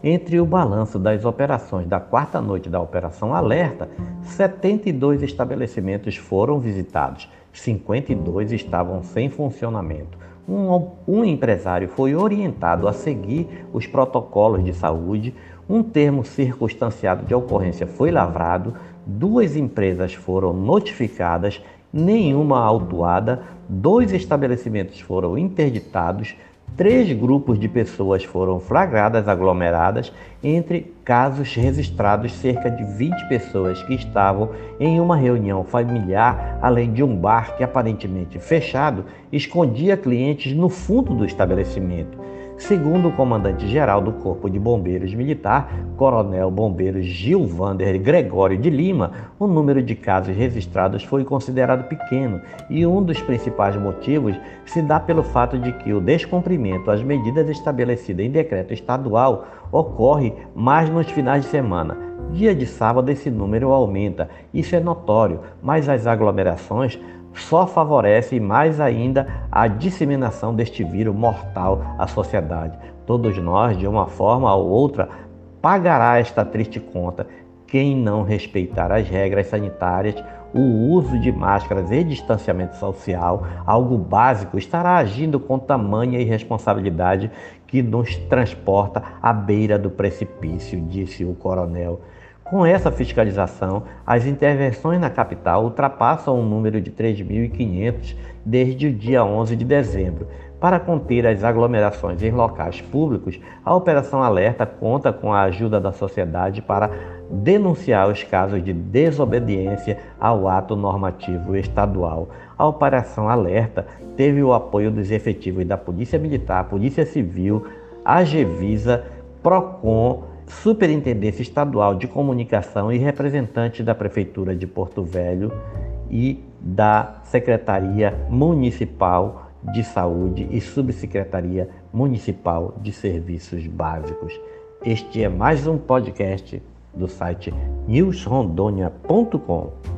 Entre o balanço das operações da quarta noite da Operação Alerta, 72 estabelecimentos foram visitados, 52 estavam sem funcionamento. Um empresário foi orientado a seguir os protocolos de saúde, um termo circunstanciado de ocorrência foi lavrado, 2 empresas foram notificadas, nenhuma autuada, 2 estabelecimentos foram interditados, 3 grupos de pessoas foram flagradas aglomeradas. Entre casos registrados, cerca de 20 pessoas que estavam em uma reunião familiar, além de um bar que aparentemente fechado, escondia clientes no fundo do estabelecimento. Segundo o comandante-geral do Corpo de Bombeiros Militar, Coronel Bombeiro Gilvander Gregório de Lima, o número de casos registrados foi considerado pequeno e um dos principais motivos se dá pelo fato de que o descumprimento às medidas estabelecidas em decreto estadual ocorre mais nos finais de semana. Dia de sábado esse número aumenta, isso é notório, mas as aglomerações só favorece mais ainda a disseminação deste vírus mortal à sociedade. Todos nós, de uma forma ou outra, pagará esta triste conta. Quem não respeitar as regras sanitárias, o uso de máscaras e distanciamento social, algo básico, estará agindo com tamanha irresponsabilidade que nos transporta à beira do precipício, disse o coronel. Com essa fiscalização, as intervenções na capital ultrapassam o número de 3.500 desde o dia 11 de dezembro. Para conter as aglomerações em locais públicos, a Operação Alerta conta com a ajuda da sociedade para denunciar os casos de desobediência ao ato normativo estadual. A Operação Alerta teve o apoio dos efetivos da Polícia Militar, Polícia Civil, AGEVISA, PROCON, Superintendência Estadual de Comunicação e representantes da Prefeitura de Porto Velho e da Secretaria Municipal de Saúde e Subsecretaria Municipal de Serviços Básicos. Este é mais um podcast do site newsrondônia.com.